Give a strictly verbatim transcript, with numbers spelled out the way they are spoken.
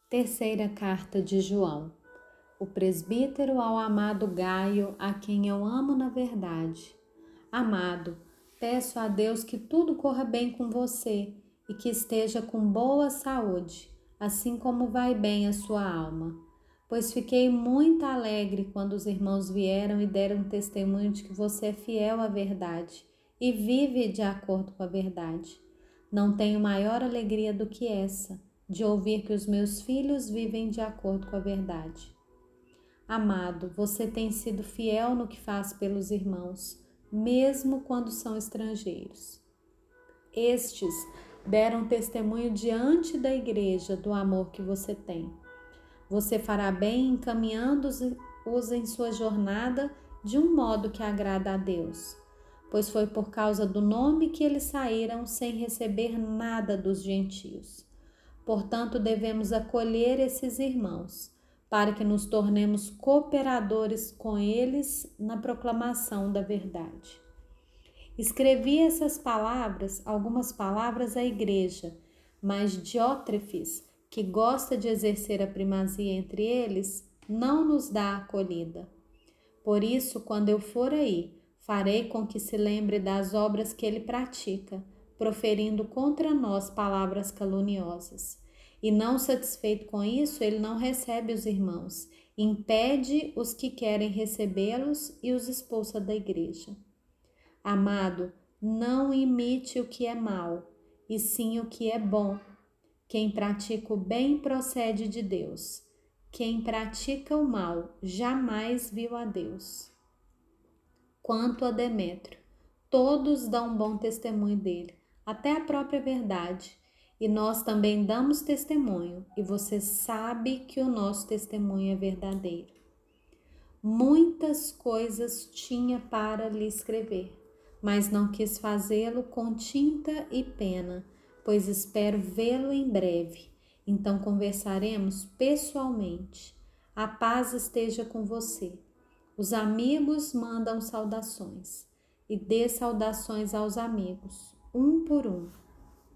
Terceira carta de João. O presbítero ao amado Gaio, a quem eu amo na verdade. Amado, peço a Deus que tudo corra bem com você e que esteja com boa saúde, assim como vai bem a sua alma. Pois fiquei muito alegre quando os irmãos vieram e deram testemunho de que você é fiel à verdade e vive de acordo com a verdade. Não tenho maior alegria do que essa, de ouvir que os meus filhos vivem de acordo com a verdade. Amado, você tem sido fiel no que faz pelos irmãos, mesmo quando são estrangeiros. Estes deram testemunho diante da igreja do amor que você tem. Você fará bem encaminhando-os em sua jornada de um modo que agrada a Deus, pois foi por causa do nome que eles saíram sem receber nada dos gentios. Portanto, devemos acolher esses irmãos, para que nos tornemos cooperadores com eles na proclamação da verdade. Escrevi essas palavras, algumas palavras à igreja, mas Diótrefes, que gosta de exercer a primazia entre eles, não nos dá acolhida. Por isso, quando eu for aí, farei com que se lembre das obras que ele pratica, proferindo contra nós palavras caluniosas. E não satisfeito com isso, ele não recebe os irmãos, impede os que querem recebê-los e os expulsa da igreja. Amado, não imite o que é mal, e sim o que é bom. Quem pratica o bem procede de Deus. Quem pratica o mal jamais viu a Deus. Quanto a Demétrio, todos dão bom testemunho dele, até a própria verdade, e nós também damos testemunho, e você sabe que o nosso testemunho é verdadeiro. Muitas coisas tinha para lhe escrever, mas não quis fazê-lo com tinta e pena, pois espero vê-lo em breve. Então conversaremos pessoalmente. A paz esteja com você. Os amigos mandam saudações, e dê saudações aos amigos, um por um.